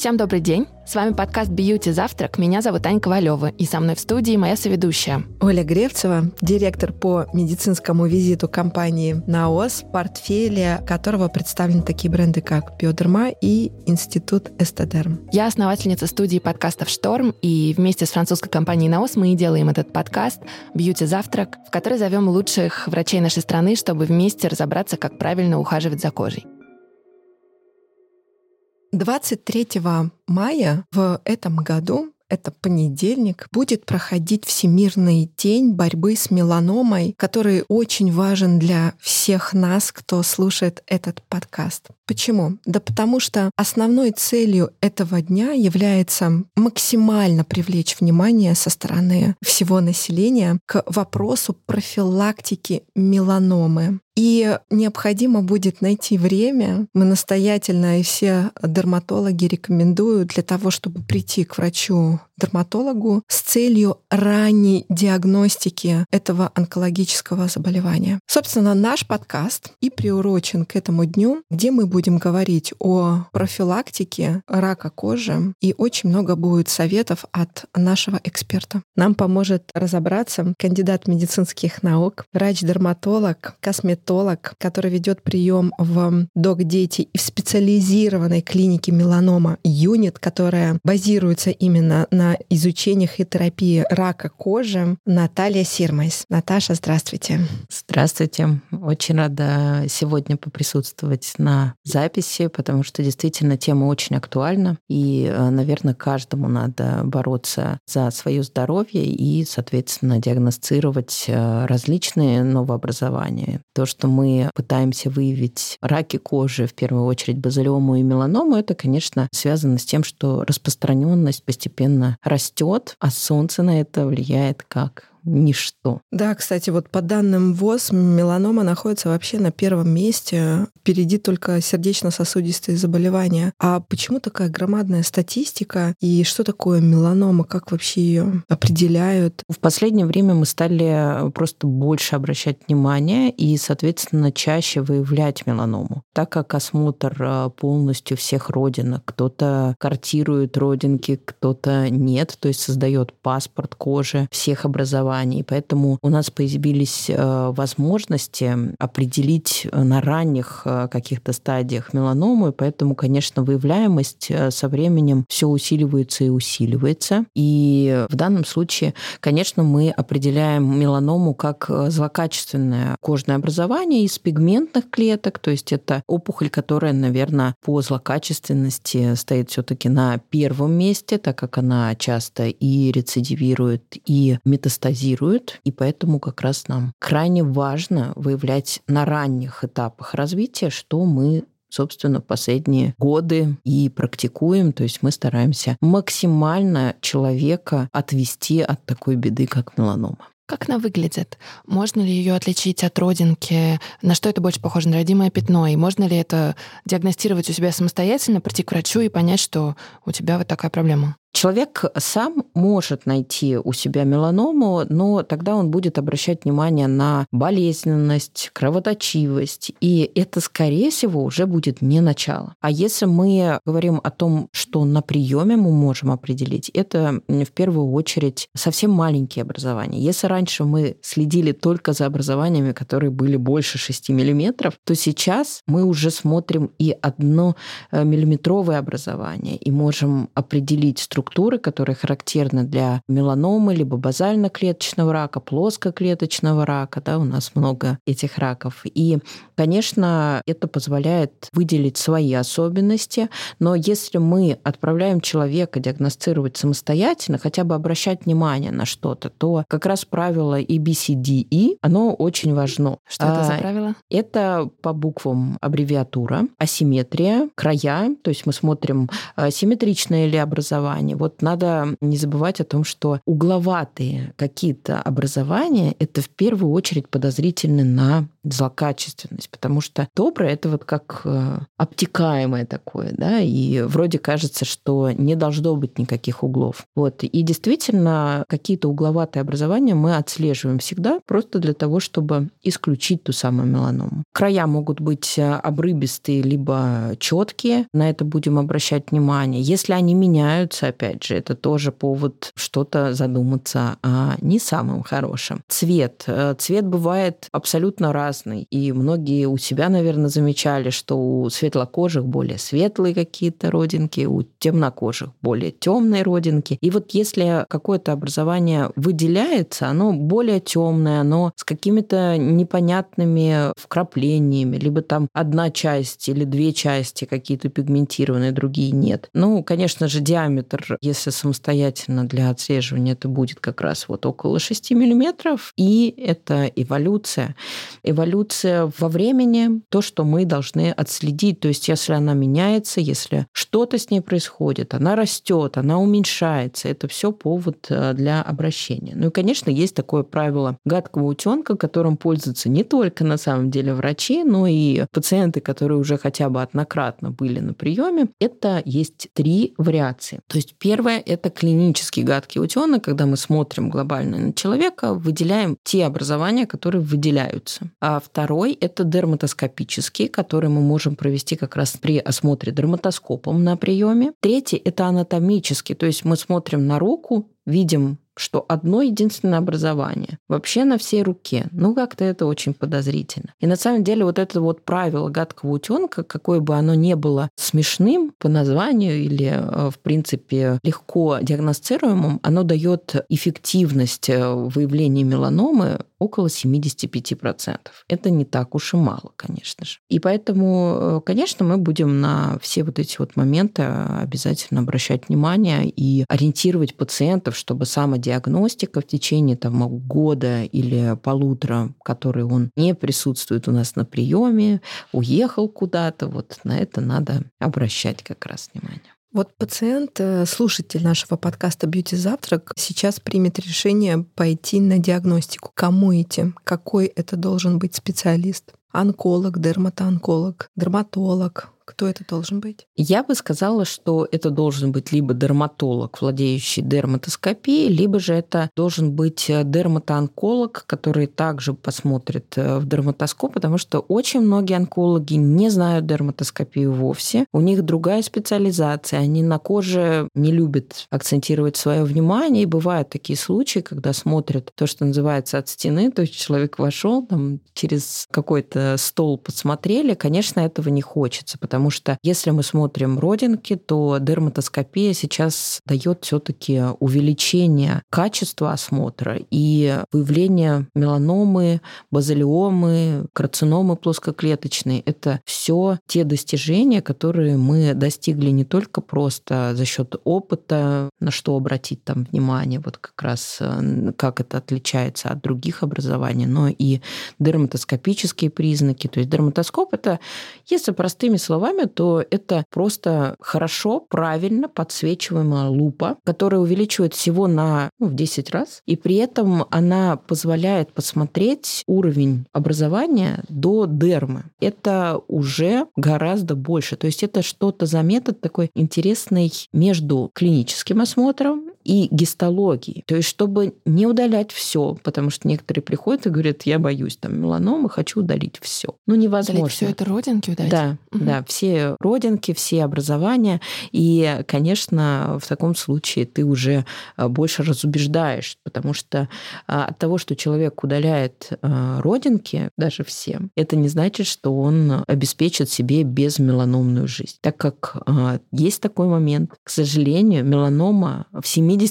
Всем добрый день. С вами подкаст «Бьюти Завтрак». Меня зовут Аня Ковалева. И со мной в студии моя соведущая Оля Гревцева, директор по медицинскому визиту компании «Наос», в портфеле которого представлены такие бренды, как «Биодерма» и Институт Эстедерм. Я основательница студии подкастов «Шторм», и вместе с французской компанией «Наос» мы и делаем этот подкаст «Бьюти Завтрак», в который зовем лучших врачей нашей страны, чтобы вместе разобраться, как правильно ухаживать за кожей. 23 мая в этом году, это понедельник, будет проходить Всемирный день борьбы с меланомой, который очень важен для всех нас, кто слушает этот подкаст. Почему? Да потому что основной целью этого дня является максимально привлечь внимание со стороны всего населения к вопросу профилактики меланомы. И необходимо будет найти время, мы настоятельно и все дерматологи рекомендуют для того, чтобы прийти к врачу-дерматологу с целью ранней диагностики этого онкологического заболевания. Собственно, наш подкаст и приурочен к этому дню, где мы будем говорить о профилактике рака кожи, и очень много будет советов от нашего эксперта. Нам поможет разобраться кандидат медицинских наук, врач-дерматолог, косметолог, который ведет прием в Док-Дети и в специализированной клинике меланома юнит, которая базируется именно на изучениях и терапии рака кожи, Наталья Сирмайс. Наташа, здравствуйте. Здравствуйте. Очень рада сегодня поприсутствовать на записи, потому что действительно тема очень актуальна, и, наверное, каждому надо бороться за свое здоровье и, соответственно, диагностировать различные новообразования. То, что мы пытаемся выявить раки кожи, в первую очередь базалиому и меланому, это, конечно, связано с тем, что распространенность постепенно растет, а солнце на это влияет как ничто. Да, кстати, вот по данным ВОЗ, меланома находится вообще на первом месте. Впереди только сердечно-сосудистые заболевания. А почему такая громадная статистика? И что такое меланома? Как вообще ее определяют? В последнее время мы стали просто больше обращать внимание и, соответственно, чаще выявлять меланому. Так как осмотр полностью всех родинок, кто-то картирует родинки, кто-то нет, то есть создает паспорт кожи всех образований. И поэтому у нас появились возможности определить на ранних каких-то стадиях меланому, и поэтому, конечно, выявляемость со временем все усиливается и усиливается. И в данном случае, конечно, мы определяем меланому как злокачественное кожное образование из пигментных клеток, то есть это опухоль, которая, наверное, по злокачественности стоит все-таки на первом месте, так как она часто и рецидивирует, и метастазирует. И поэтому как раз нам крайне важно выявлять на ранних этапах развития, что мы, собственно, в последние годы и практикуем. То есть мы стараемся максимально человека отвести от такой беды, как меланома. Как она выглядит? Можно ли ее отличить от родинки? На что это больше похоже, на родимое пятно? И можно ли это диагностировать у себя самостоятельно, прийти к врачу и понять, что у тебя вот такая проблема? Человек сам может найти у себя меланому, но тогда он будет обращать внимание на болезненность, кровоточивость, и это, скорее всего, уже будет не начало. А если мы говорим о том, что на приеме мы можем определить, это в первую очередь совсем маленькие образования. Если раньше мы следили только за образованиями, которые были больше 6 мм, то сейчас мы уже смотрим и 1-миллиметровое образование и можем определить структуры, которые характерны для меланомы, либо базально-клеточного рака, плоскоклеточного рака. Да, у нас много этих раков. И, конечно, это позволяет выделить свои особенности, но если мы отправляем человека диагностировать самостоятельно, хотя бы обращать внимание на что-то, то как раз правило ABCDE, оно очень важно. Что это за правило? Это по буквам аббревиатура, асимметрия, края, то есть мы смотрим, симметричное ли образование. Вот надо не забывать о том, что угловатые какие-то образования — это в первую очередь подозрительны на злокачественность, потому что доброе — это вот как обтекаемое такое, да, и вроде кажется, что не должно быть никаких углов. Вот. И действительно, какие-то угловатые образования мы отслеживаем всегда просто для того, чтобы исключить ту самую меланому. Края могут быть обрыбистые либо четкие, на это будем обращать внимание. Если они меняются, опять же, это тоже повод что-то задуматься о не самом хорошем. Цвет. Цвет бывает абсолютно разный, и многие у себя, наверное, замечали, что у светлокожих более светлые какие-то родинки, у темнокожих более темные родинки. И вот если какое-то образование выделяется, оно более темное, оно с какими-то непонятными вкраплениями, либо там одна часть или две части какие-то пигментированные, другие нет. Ну, конечно же, диаметр, если самостоятельно для отслеживания, это будет как раз вот около 6 миллиметров, и это эволюция. Эволюция во времени, то, что мы должны отследить. То есть если она меняется, если что-то с ней происходит, она растет, она уменьшается, это все повод для обращения. Ну и, конечно, есть такое правило гадкого утенка, которым пользуются не только на самом деле врачи, но и пациенты, которые уже хотя бы однократно были на приеме. Это есть 3 вариации. То есть первое — это клинический гадкий утенок, когда мы смотрим глобально на человека, выделяем те образования, которые выделяются. А второй — это дерматоскопический, который мы можем провести как раз при осмотре дерматоскопом на приеме. Третий — это анатомический, то есть мы смотрим на руку, видим, что одно единственное образование вообще на всей руке. Ну, как-то это очень подозрительно. И на самом деле вот это вот правило гадкого утенка, какое бы оно ни было смешным по названию или, в принципе, легко диагностируемым, оно дает эффективность выявления меланомы около 75%. Это не так уж и мало, конечно же. И поэтому, конечно, мы будем на все вот эти вот моменты обязательно обращать внимание и ориентировать пациентов, чтобы самодиагностика в течение там, года или полутора, который он не присутствует у нас на приеме, уехал куда-то, вот на это надо обращать как раз внимание. Вот пациент, слушатель нашего подкаста «Бьюти Завтрак» сейчас примет решение пойти на диагностику. Кому идти? Какой это должен быть специалист? Онколог, дерматоонколог, дерматолог? Кто это должен быть? Я бы сказала, что это должен быть либо дерматолог, владеющий дерматоскопией, либо же это должен быть дерматоонколог, который также посмотрит в дерматоскоп, потому что очень многие онкологи не знают дерматоскопию вовсе. У них другая специализация, они на коже не любят акцентировать свое внимание, и бывают такие случаи, когда смотрят то, что называется от стены, то есть человек вошел, там, через какой-то стол посмотрели, конечно, этого не хочется, потому что если мы смотрим родинки, то дерматоскопия сейчас дает все-таки увеличение качества осмотра и выявление меланомы, базалиомы, карциномы плоскоклеточные. Это все те достижения, которые мы достигли не только просто за счет опыта, на что обратить там внимание, вот как раз как это отличается от других образований, но и дерматоскопические признаки. То есть дерматоскоп — это, если простыми словами, то это просто хорошо, правильно подсвечиваемая лупа, которая увеличивает всего в 10 раз, и при этом она позволяет посмотреть уровень образования до дермы. Это уже гораздо больше. То есть это что-то за метод такой интересный между клиническим осмотром и гистологией. То есть чтобы не удалять все, потому что некоторые приходят и говорят: я боюсь там меланомы, хочу удалить все. Ну, невозможно. Удалить все это родинки удалить? Да, да, все родинки, все образования. И, конечно, в таком случае ты уже больше разубеждаешь, потому что от того, что человек удаляет родинки, даже все, это не значит, что он обеспечит себе безмеланомную жизнь. Так как есть такой момент, к сожалению, меланома в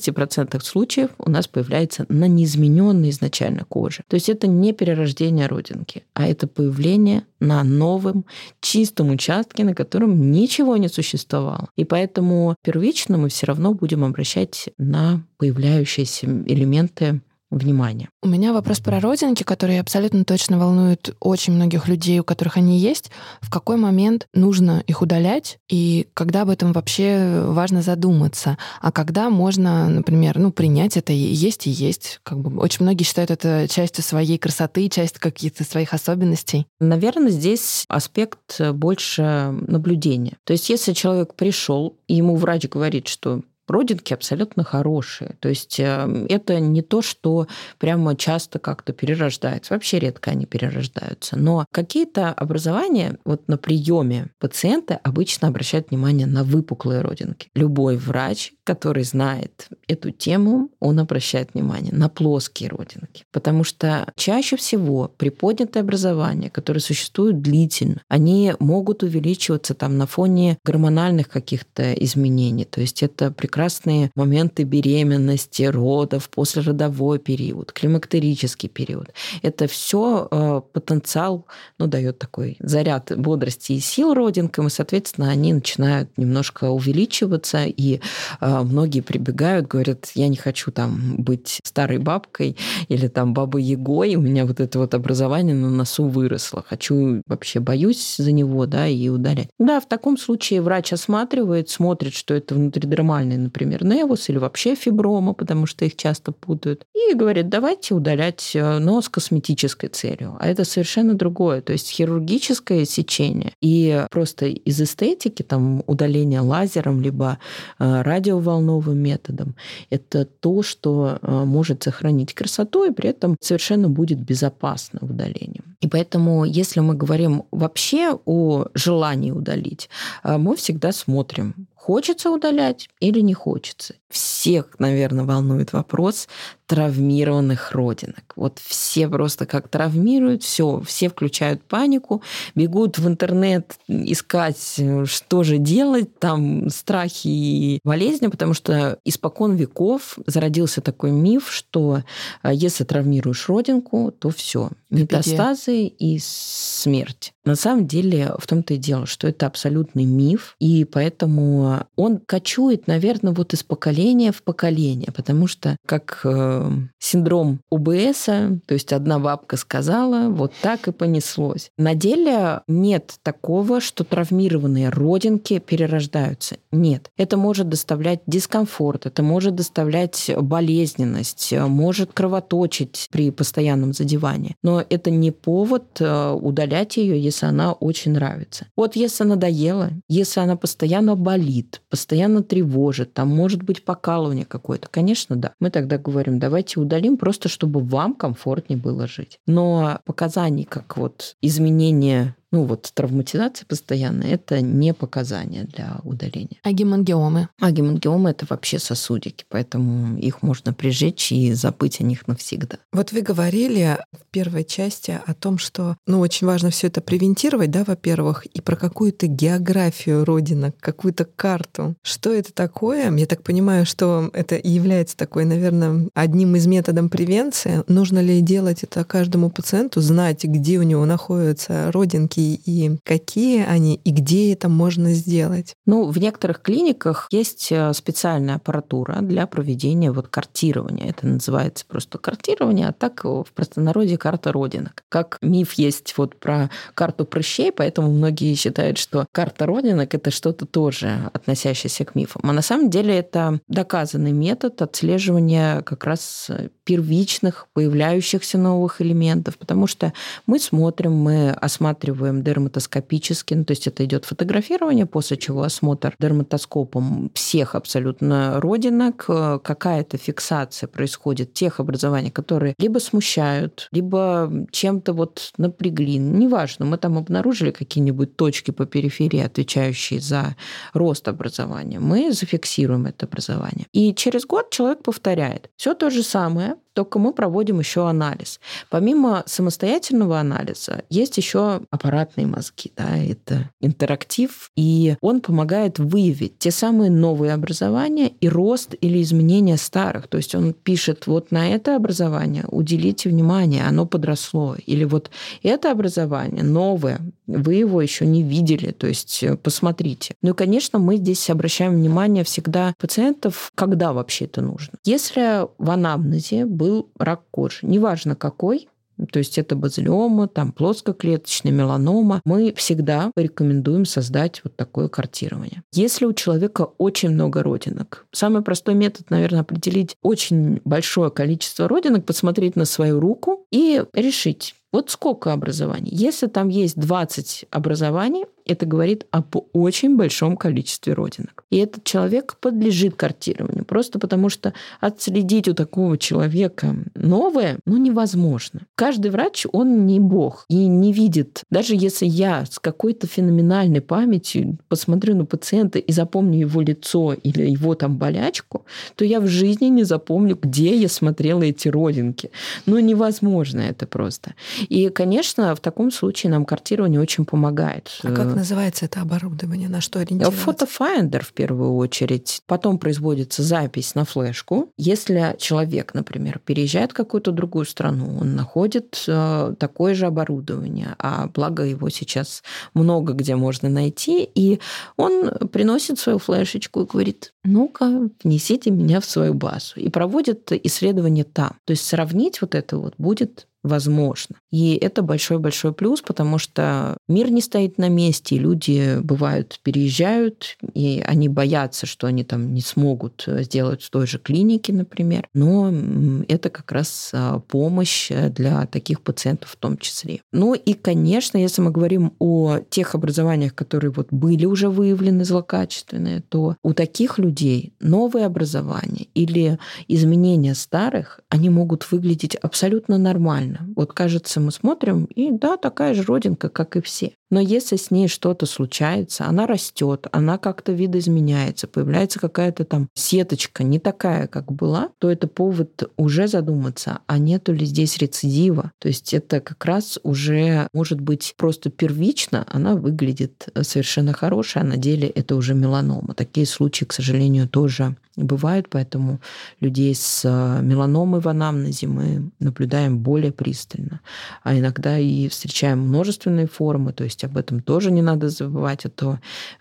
70% случаев у нас появляется на неизмененной изначально коже. То есть это не перерождение родинки, а это появление на новом чистом участке, на котором ничего не существовало. И поэтому первично мы все равно будем обращать на появляющиеся элементы внимания. У меня вопрос про родинки, которые абсолютно точно волнуют очень многих людей, у которых они есть. В какой момент нужно их удалять и когда об этом вообще важно задуматься? А когда можно, например, принять это и есть. Как бы очень многие считают это частью своей красоты, частью каких-то своих особенностей. Наверное, здесь аспект больше наблюдения. То есть если человек пришел, и ему врач говорит, что родинки абсолютно хорошие. То есть это не то, что прямо часто как-то перерождается. Вообще редко они перерождаются. Но какие-то образования вот на приеме пациенты обычно обращают внимание на выпуклые родинки. Любой врач, который знает эту тему, он обращает внимание на плоские родинки. Потому что чаще всего приподнятые образования, которые существуют длительно, они могут увеличиваться там на фоне гормональных каких-то изменений. То есть это прекрасные моменты беременности, родов, послеродовой период, климактерический период. Это все потенциал, дает такой заряд бодрости и сил родинкам, и, соответственно, они начинают немножко увеличиваться, и многие прибегают, говорят, я не хочу там быть старой бабкой или там бабой-ягой, у меня вот это вот образование на носу выросло, вообще боюсь за него, и удалять. Да, в таком случае врач осматривает, смотрит, что это внутридермальный, например, невус или вообще фиброма, потому что их часто путают, и говорит, давайте удалять, но с косметической целью. А это совершенно другое. То есть хирургическое сечение и просто из эстетики, там, удаление лазером, либо радиоволновым методом, это то, что может сохранить красоту и при этом совершенно будет безопасно удаление. И поэтому, если мы говорим вообще о желании удалить, мы всегда смотрим, хочется удалять или не хочется. Всех, наверное, волнует вопрос травмированных родинок. Вот все просто как травмируют, все включают панику, бегут в интернет искать, что же делать, там страхи и болезни, потому что испокон веков зародился такой миф, что если травмируешь родинку, то все, метастазы и смерть. На самом деле в том-то и дело, что это абсолютный миф, и поэтому он кочует, наверное, вот из поколения в поколение, потому что как синдром УБСа, то есть одна бабка сказала, вот так и понеслось. На деле нет такого, что травмированные родинки перерождаются. Нет. Это может доставлять дискомфорт, это может доставлять болезненность, может кровоточить при постоянном задевании. Но это не повод удалять ее, если она очень нравится. Вот если надоело, если она постоянно болит, постоянно тревожит, там может быть покалывание какое-то, конечно, да. Мы тогда говорим, давайте удалим, просто чтобы вам комфортнее было жить. Но показаний, как вот изменение, травматизация постоянная, это не показания для удаления. А гемангиомы? А гемангиомы — это вообще сосудики, поэтому их можно прижечь и забыть о них навсегда. Вот вы говорили в первой части о том, что очень важно все это превентировать, во-первых, и про какую-то географию родинок, какую-то карту. Что это такое? Я так понимаю, что это и является такой, наверное, одним из методов превенции. Нужно ли делать это каждому пациенту, знать, где у него находятся родинки и какие они, и где это можно сделать? В некоторых клиниках есть специальная аппаратура для проведения картирования. Это называется просто картирование, а так в простонародье карта родинок. Как миф есть про карту прыщей, поэтому многие считают, что карта родинок — это что-то тоже относящееся к мифам. А на самом деле это доказанный метод отслеживания как раз первичных появляющихся новых элементов, потому что мы смотрим, мы осматриваем дерматоскопически, то есть это идет фотографирование, после чего осмотр дерматоскопом всех абсолютно родинок, какая-то фиксация происходит тех образований, которые либо смущают, либо чем-то напрягли. Неважно, мы там обнаружили какие-нибудь точки по периферии, отвечающие за рост образования. Мы зафиксируем это образование. И через год человек повторяет. Все то же самое, только мы проводим еще анализ. Помимо самостоятельного анализа есть еще аппаратные мозги, это интерактив, и он помогает выявить те самые новые образования и рост или изменение старых. То есть он пишет, на это образование уделите внимание, оно подросло, или это образование новое, вы его еще не видели, то есть посмотрите. Ну и, конечно, мы здесь обращаем внимание всегда пациентов, когда вообще это нужно. Если в анамнезе был рак кожи, неважно какой, то есть это базилиома, там плоскоклеточная меланома, мы всегда порекомендуем создать вот такое картирование. Если у человека очень много родинок, самый простой метод, наверное, определить очень большое количество родинок, посмотреть на свою руку и решить, вот сколько образований. Если там есть 20 образований, это говорит об очень большом количестве родинок. И этот человек подлежит картированию, просто потому что отследить у такого человека новое, невозможно. Каждый врач, он не бог и не видит. Даже если я с какой-то феноменальной памятью посмотрю на пациента и запомню его лицо или его там болячку, то я в жизни не запомню, где я смотрела эти родинки. Невозможно это просто. И, конечно, в таком случае нам картирование очень помогает. А как называется это оборудование? На что ориентироваться? Фотофайндер в первую очередь. Потом производится запись на флешку. Если человек, например, переезжает в какую-то другую страну, он находит такое же оборудование, а благо его сейчас много где можно найти, и он приносит свою флешечку и говорит: ну-ка, внесите меня в свою базу. И проводит исследование там. То есть сравнить вот это вот будет возможно. И это большой-большой плюс, потому что мир не стоит на месте, и люди, бывают, переезжают, и они боятся, что они там не смогут сделать в той же клинике, например. Но это как раз помощь для таких пациентов в том числе. Ну и, конечно, если мы говорим о тех образованиях, которые вот были уже выявлены злокачественные, то у таких людей новые образования или изменения старых, они могут выглядеть абсолютно нормально. Вот, кажется, мы смотрим, и да, такая же родинка, как и все. Но если с ней что-то случается, она растет, она как-то видоизменяется, появляется какая-то там сеточка не такая, как была, то это повод уже задуматься, а нету ли здесь рецидива. То есть это как раз уже может быть просто первично, она выглядит совершенно хорошей, а на деле это уже меланома. Такие случаи, к сожалению, тоже бывают, поэтому людей с меланомой в анамнезе мы наблюдаем более пристально. А иногда и встречаем множественные формы, то есть об этом тоже не надо забывать, а то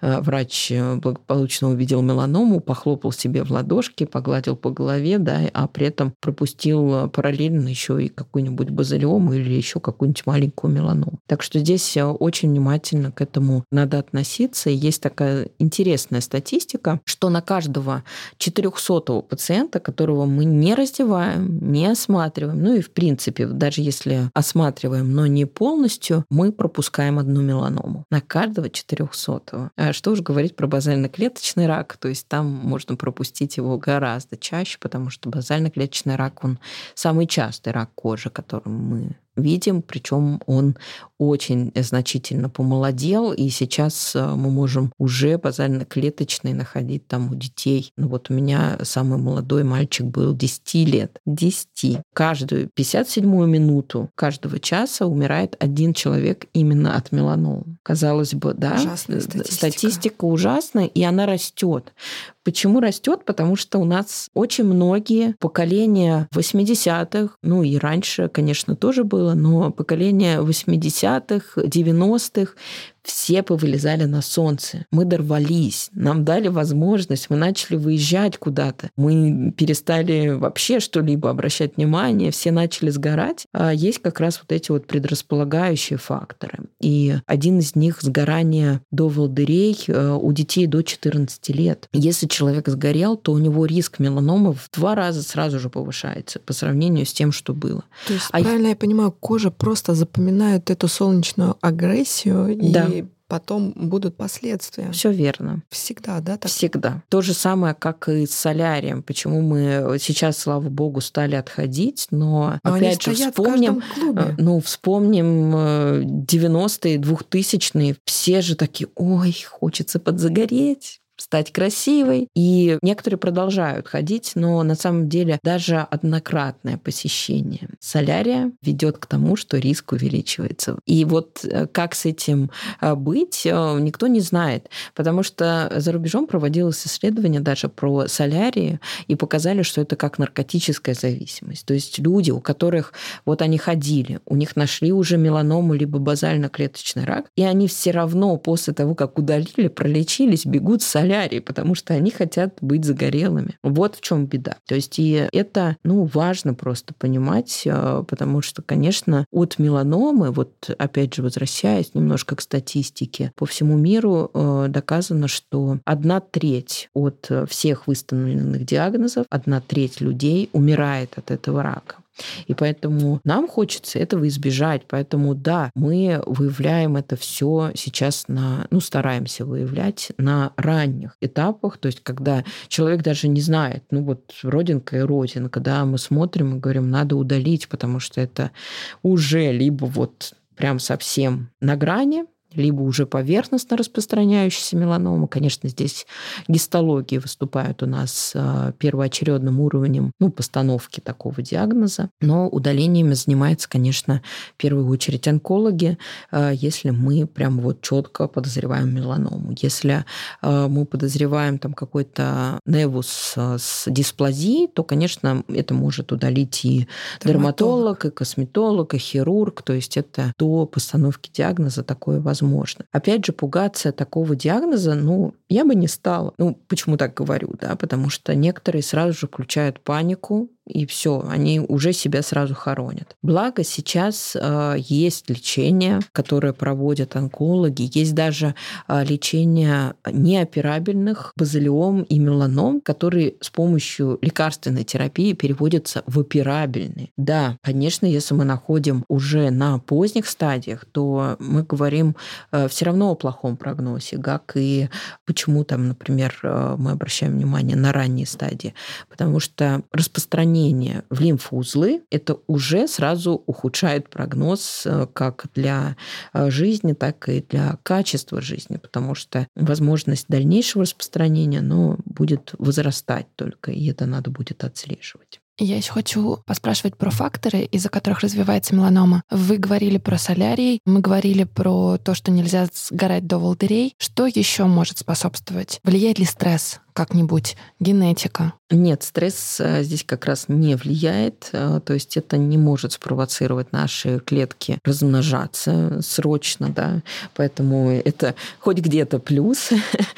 врач благополучно увидел меланому, похлопал себе в ладошки, погладил по голове, да, а при этом пропустил параллельно еще и какую-нибудь базилиому или еще какую-нибудь маленькую меланому. Так что здесь очень внимательно к этому надо относиться. И есть такая интересная статистика, что на каждого 400-го пациента, которого мы не раздеваем, не осматриваем, ну и в принципе, даже если осматриваем, но не полностью, мы пропускаем одну меланому. На каждого 400-го. А что уж говорить про базально-клеточный рак, то есть там можно пропустить его гораздо чаще, потому что базально-клеточный рак, он самый частый рак кожи, который мы видим, причем он очень значительно помолодел, и сейчас мы можем уже базально-клеточный находить там у детей. Ну вот у меня самый молодой мальчик был 10 лет. 10. Каждую 57-ю минуту каждого часа умирает один человек именно от меланомы. Казалось бы, да, ужасная статистика ужасная, и она растет. Почему растет? Потому что у нас очень многие поколения 80-х, ну и раньше, конечно, тоже было, но поколение 80-х, 90-х, все повылезали на солнце. Мы дорвались, нам дали возможность, мы начали выезжать куда-то. Мы перестали вообще что-либо обращать внимание, все начали сгорать. А есть как раз вот эти вот предрасполагающие факторы. И один из них — сгорание до волдырей у детей до 14 лет. Если человек сгорел, то у него риск меланомы в 2 раза сразу же повышается по сравнению с тем, что было. То есть, правильно я понимаю, кожа просто запоминает эту солнечную агрессию, да. И потом будут последствия. Все верно. Всегда, да? Так? Всегда. То же самое, как и с солярием. Почему мы сейчас, слава богу, стали отходить, но опять же вспомним 90-е, 2000-е, все же такие: ой, хочется подзагореть. стать красивой. И некоторые продолжают ходить, но на самом деле даже однократное посещение солярия ведет к тому, что риск увеличивается. И вот как с этим быть, никто не знает, потому что за рубежом проводилось исследование даже про солярии, и показали, что это как наркотическая зависимость. То есть люди, у которых вот они ходили, у них нашли уже меланому либо базально-клеточный рак, и они все равно после того, как удалили, пролечились, бегут в солярий, потому что они хотят быть загорелыми. Вот в чем беда. То есть и это, важно просто понимать, потому что, конечно, от меланомы, вот опять же возвращаясь немножко к статистике, по всему миру доказано, что 1/3 от всех выставленных диагнозов, 1/3 людей умирает от этого рака. И поэтому нам хочется этого избежать. Поэтому, да, мы выявляем это все сейчас стараемся выявлять на ранних этапах, то есть когда человек даже не знает, родинка и родинка, да, мы смотрим и говорим, надо удалить, потому что это уже либо вот прям совсем на грани, либо уже поверхностно распространяющаяся меланома. Конечно, здесь гистологии выступают у нас первоочередным уровнем постановки такого диагноза. Но удалениями занимается, конечно, в первую очередь онкологи, если мы прям вот четко подозреваем меланому. Если мы подозреваем там какой-то невус с дисплазией, то, конечно, это может удалить и дерматолог, и косметолог, и хирург. То есть это до постановки диагноза такое возможно. Опять же, пугаться такого диагноза, я бы не стала. Почему так говорю, да? Потому что некоторые сразу же включают панику, и все, они уже себя сразу хоронят. Благо сейчас есть лечение, которое проводят онкологи, есть даже лечение неоперабельных базилиом и меланом, которые с помощью лекарственной терапии переводятся в операбельные. Да, конечно, если мы находим уже на поздних стадиях, то мы говорим все равно о плохом прогнозе, как и почему там, например, мы обращаем внимание на ранние стадии, потому что распространение в лимфоузлы, это уже сразу ухудшает прогноз как для жизни, так и для качества жизни, потому что возможность дальнейшего распространения, будет возрастать только, и это надо будет отслеживать. Я еще хочу поспрашивать про факторы, из-за которых развивается меланома. Вы говорили про солярий, мы говорили про то, что нельзя сгорать до волдырей. Что еще может способствовать? Влияет ли стресс как-нибудь? Генетика? Нет, стресс здесь как раз не влияет, то есть это не может спровоцировать наши клетки размножаться срочно, да, поэтому это хоть где-то плюс.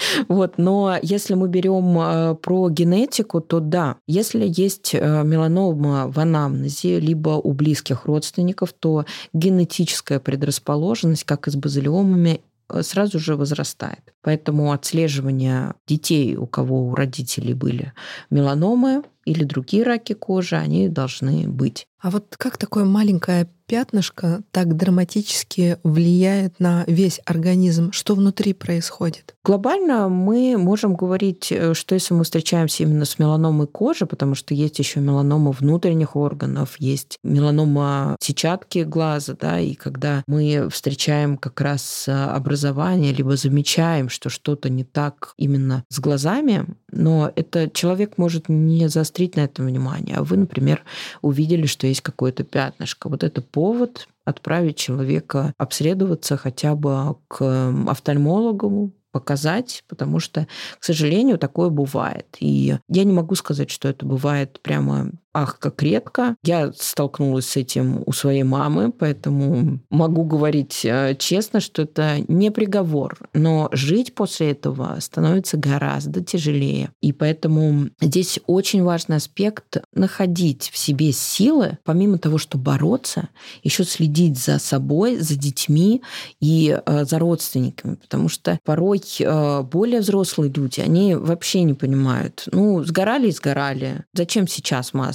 Но если мы берем про генетику, то да, если есть меланома в анамнезе, либо у близких родственников, то генетическая предрасположенность, как и с базилиомами, сразу же возрастает. Поэтому отслеживание детей, у кого у родителей были меланомы или другие раки кожи, они должны быть. А вот как такое маленькое пятнышко так драматически влияет на весь организм? Что внутри происходит? Глобально мы можем говорить, что если мы встречаемся именно с меланомой кожи, потому что есть еще меланома внутренних органов, есть меланома сетчатки глаза, да, и когда мы встречаем как раз образование, либо замечаем, что что-то не так именно с глазами, но это человек может не заострить на этом внимание, а вы, например, увидели, что есть какое-то пятнышко. Вот это повод отправить человека обследоваться хотя бы к офтальмологу, показать, потому что, к сожалению, такое бывает. И я не могу сказать, что это бывает прямо как редко. Я столкнулась с этим у своей мамы, поэтому могу говорить честно, что это не приговор, но жить после этого становится гораздо тяжелее. И поэтому здесь очень важный аспект находить в себе силы, помимо того, что бороться, еще следить за собой, за детьми и за родственниками, потому что порой более взрослые люди, они вообще не понимают. Сгорали и сгорали. Зачем сейчас мазать?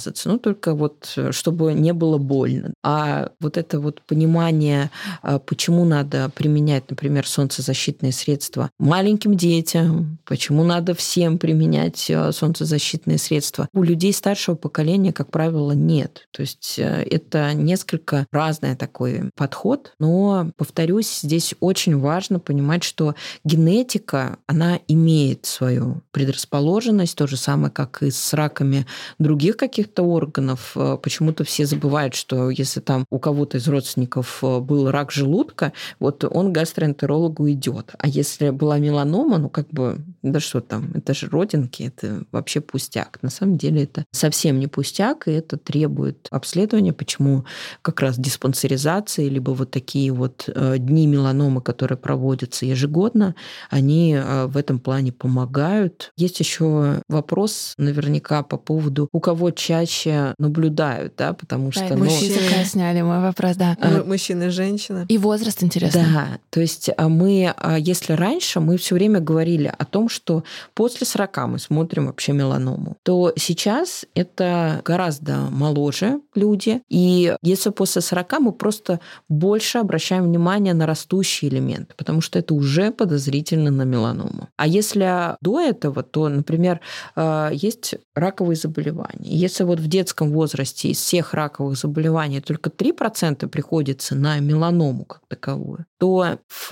мазаться, только вот чтобы не было больно. А вот это вот понимание, почему надо применять, например, солнцезащитные средства маленьким детям, почему надо всем применять солнцезащитные средства, у людей старшего поколения, как правило, нет. То есть это несколько разный такой подход, но, повторюсь, здесь очень важно понимать, что генетика, она имеет свою предрасположенность, то же самое, как и с раками других каких-то органов. Почему-то все забывают, что если там у кого-то из родственников был рак желудка, вот он к гастроэнтерологу идет. А если была меланома, да что там, это же родинки, это вообще пустяк. На самом деле это совсем не пустяк, и это требует обследования, почему как раз диспансеризации, либо вот такие вот дни меланомы, которые проводятся ежегодно, они в этом плане помогают. Есть еще вопрос наверняка по поводу, у кого чаще наблюдают, да, потому что... Мужчины сняли мой вопрос, да. Мужчины и женщины. И возраст интересный. Да, то есть мы, если раньше мы все время говорили о том, что после 40 мы смотрим вообще меланому, то сейчас это гораздо моложе люди, и если после 40 мы просто больше обращаем внимание на растущие элементы, потому что это уже подозрительно на меланому. А если до этого, то, например, есть раковые заболевания. Если вот в детском возрасте из всех раковых заболеваний только 3% приходится на меланому как таковую, то в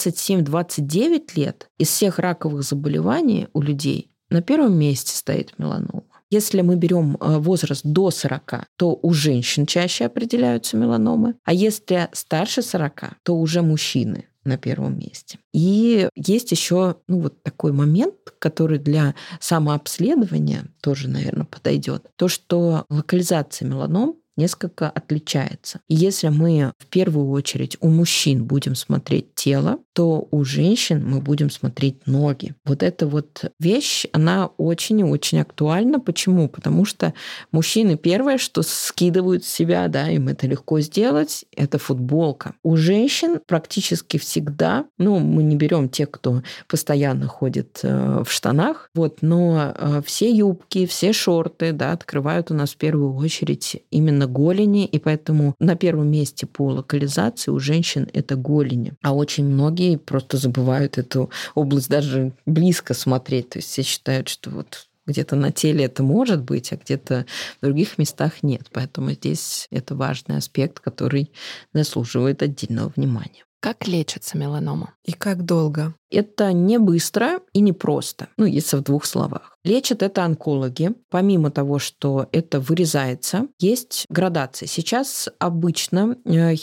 27-29 лет из всех раковых заболеваний у людей на первом месте стоит меланома. Если мы берем возраст до 40, то у женщин чаще определяются меланомы, а если старше 40, то уже мужчины на первом месте. И есть еще вот такой момент, который для самообследования тоже, наверное, подойдет. То, что локализация меланом несколько отличается. И если мы в первую очередь у мужчин будем смотреть тело, то у женщин мы будем смотреть ноги. Вот эта вот вещь, она очень и очень актуальна. Почему? Потому что мужчины первое, что скидывают с себя, да, им это легко сделать, это футболка. У женщин практически всегда, мы не берем тех, кто постоянно ходит в штанах, но все юбки, все шорты, да, открывают у нас в первую очередь именно голени, и поэтому на первом месте по локализации у женщин это голени. А очень многие просто забывают эту область даже близко смотреть. То есть все считают, что вот где-то на теле это может быть, а где-то в других местах нет. Поэтому здесь это важный аспект, который заслуживает отдельного внимания. Как лечится меланома? И как долго? Это не быстро и не просто, если в 2 словах. Лечат это онкологи. Помимо того, что это вырезается, есть градации. Сейчас обычно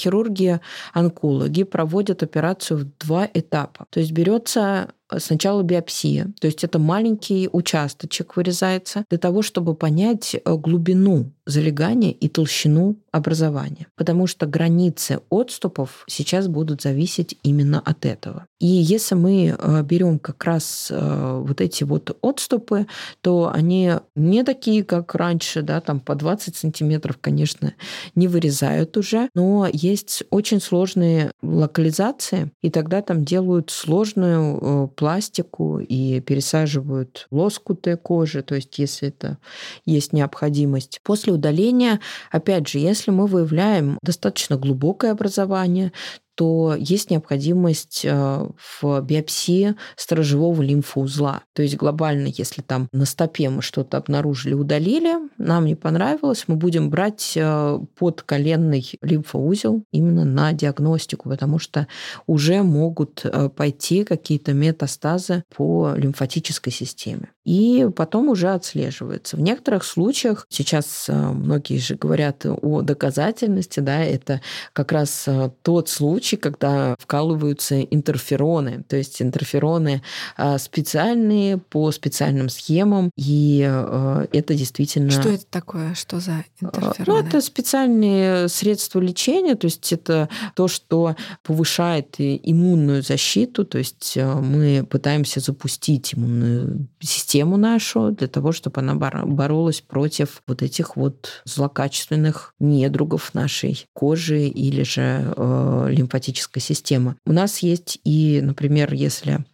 хирурги-онкологи проводят операцию в 2 этапа. То есть берется сначала биопсия, то есть это маленький участочек вырезается для того, чтобы понять глубину залегания и толщину образования. Потому что границы отступов сейчас будут зависеть именно от этого. И если мы берем как раз вот эти вот отступы, то они не такие, как раньше, да, там по 20 сантиметров, конечно, не вырезают уже, но есть очень сложные локализации, и тогда там делают сложную пластику и пересаживают лоскуты кожи, то есть если это есть необходимость. После удаления, опять же, если мы выявляем достаточно глубокое образование, то есть необходимость в биопсии сторожевого лимфоузла. То есть глобально, если там на стопе мы что-то обнаружили, удалили, нам не понравилось, мы будем брать подколенный лимфоузел именно на диагностику, потому что уже могут пойти какие-то метастазы по лимфатической системе. И потом уже отслеживается. В некоторых случаях, сейчас многие же говорят о доказательности, да, это как раз тот случай, когда вкалываются интерфероны. То есть интерфероны специальные по специальным схемам, и это действительно... Что это такое? Что за интерфероны? Это специальные средства лечения, то есть это то, что повышает иммунную защиту, то есть мы пытаемся запустить иммунную систему нашу для того, чтобы она боролась против вот этих вот злокачественных недругов нашей кожи или же лимфатической системы. У нас есть и, например, если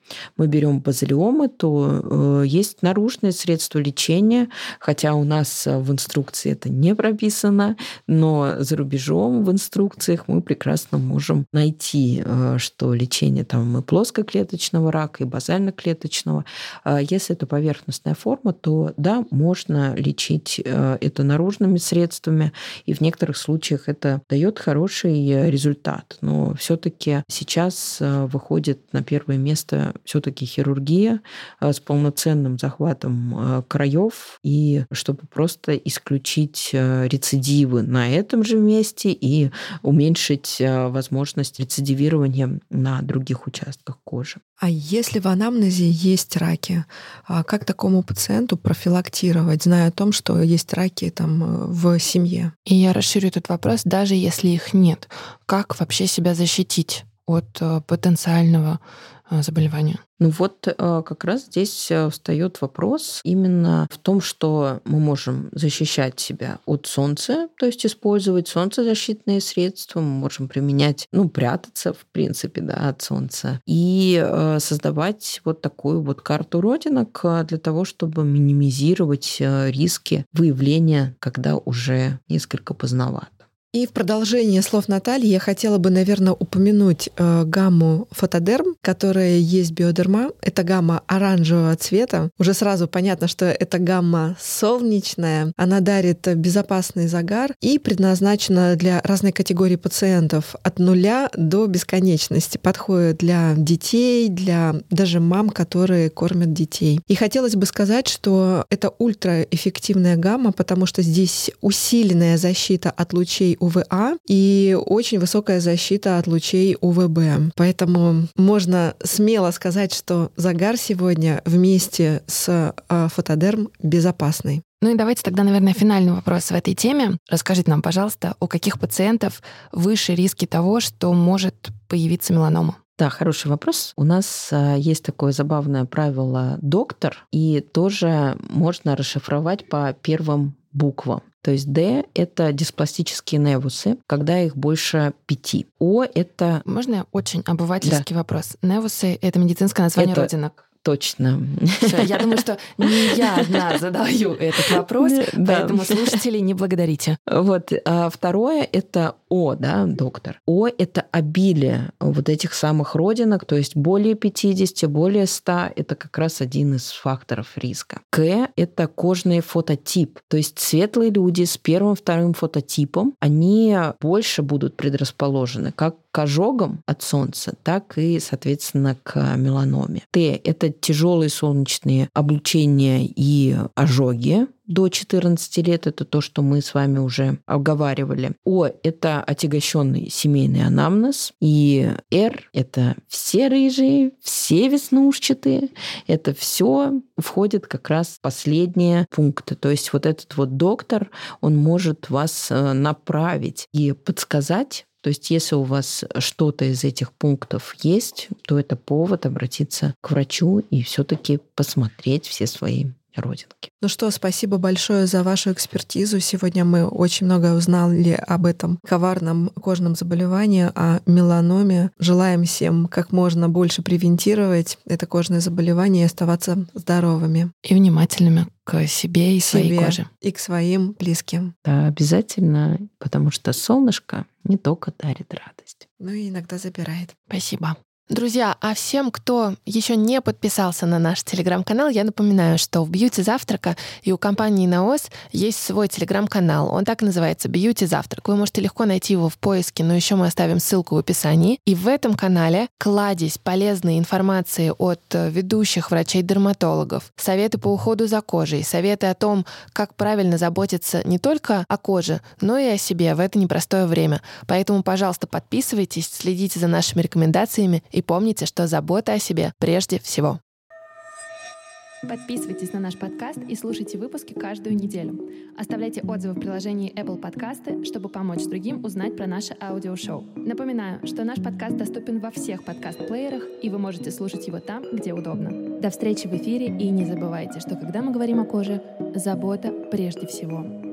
мы берем базилиомы, то есть наружные средства лечения, хотя у нас в инструкции это не прописано, но за рубежом в инструкциях мы прекрасно можем найти, что лечение там и плоскоклеточного рака, и базально-клеточного. Если это поверхностная форма, то да, можно лечить это наружными средствами, и в некоторых случаях это дает хороший результат. Но все-таки сейчас выходит на первое место все-таки хирургия с полноценным захватом краев, и чтобы просто исключить рецидивы на этом же месте и уменьшить возможность рецидивирования на других участках кожи. А если в анамнезе есть раки, как такому пациенту профилактировать, зная о том, что есть раки там в семье? И я расширю этот вопрос, даже если их нет. Как вообще себя защитить от потенциального заболевания? Ну вот как раз здесь встает вопрос именно в том, что мы можем защищать себя от солнца, то есть использовать солнцезащитные средства, мы можем применять, прятаться, в принципе, да, от солнца, и создавать вот такую вот карту родинок для того, чтобы минимизировать риски выявления, когда уже несколько поздновато. И в продолжение слов Натальи я хотела бы, наверное, упомянуть гамму Фотодерм, которая есть Биодерма. Это гамма оранжевого цвета. Уже сразу понятно, что это гамма солнечная. Она дарит безопасный загар и предназначена для разной категории пациентов. От 0 до бесконечности. Подходит для детей, для даже мам, которые кормят детей. И хотелось бы сказать, что это ультраэффективная гамма, потому что здесь усиленная защита от лучей УВА и очень высокая защита от лучей УВБ. Поэтому можно смело сказать, что загар сегодня вместе с Фотодерм безопасный. Ну и давайте тогда, наверное, финальный вопрос в этой теме. Расскажите нам, пожалуйста, у каких пациентов выше риски того, что может появиться меланома? Да, хороший вопрос. У нас есть такое забавное правило «доктор», и тоже можно расшифровать по первым буквам. То есть D — это диспластические невусы, когда их больше 5. O — это... Можно очень обывательский вопрос? Невусы — это медицинское название родинок. Точно. Всё, я думаю, что не я одна задаю этот вопрос, поэтому слушатели не благодарите. Вот. Второе — это О, да, доктор. О — это обилие вот этих самых родинок, то есть более 50, более 100 — это как раз один из факторов риска. К — это кожный фототип, то есть светлые люди с первым, вторым фототипом, они больше будут предрасположены как к ожогам от солнца, так и, соответственно, к меланоме. Т — это тяжелые солнечные облучения и ожоги до 14 лет. Это то, что мы с вами уже обговаривали. О — это отягощенный семейный анамнез. И Р — это все рыжие, все веснушчатые. Это все входит как раз в последние пункты. То есть вот этот вот доктор, он может вас направить и подсказать. То есть если у вас что-то из этих пунктов есть, то это повод обратиться к врачу и все-таки посмотреть все свои родинки. Ну что, спасибо большое за вашу экспертизу. Сегодня мы очень много узнали об этом коварном кожном заболевании, о меланоме. Желаем всем как можно больше превентировать это кожное заболевание и оставаться здоровыми. И внимательными к себе и своей коже. И к своим близким. Да, обязательно, потому что солнышко не только дарит радость, но и иногда забирает. Спасибо. Друзья, а всем, кто еще не подписался на наш телеграм-канал, я напоминаю, что в Бьюти Завтрака и у компании Наос есть свой телеграм-канал. Он так и называется Бьюти Завтрак. Вы можете легко найти его в поиске, но еще мы оставим ссылку в описании. И в этом канале кладезь полезной информации от ведущих врачей-дерматологов, советы по уходу за кожей, советы о том, как правильно заботиться не только о коже, но и о себе в это непростое время. Поэтому, пожалуйста, подписывайтесь, следите за нашими рекомендациями и помните, что забота о себе прежде всего. Подписывайтесь на наш подкаст и слушайте выпуски каждую неделю. Оставляйте отзывы в приложении Apple Podcasts, чтобы помочь другим узнать про наше аудиошоу. Напоминаю, что наш подкаст доступен во всех подкаст-плеерах, и вы можете слушать его там, где удобно. До встречи в эфире, и не забывайте, что когда мы говорим о коже, забота прежде всего.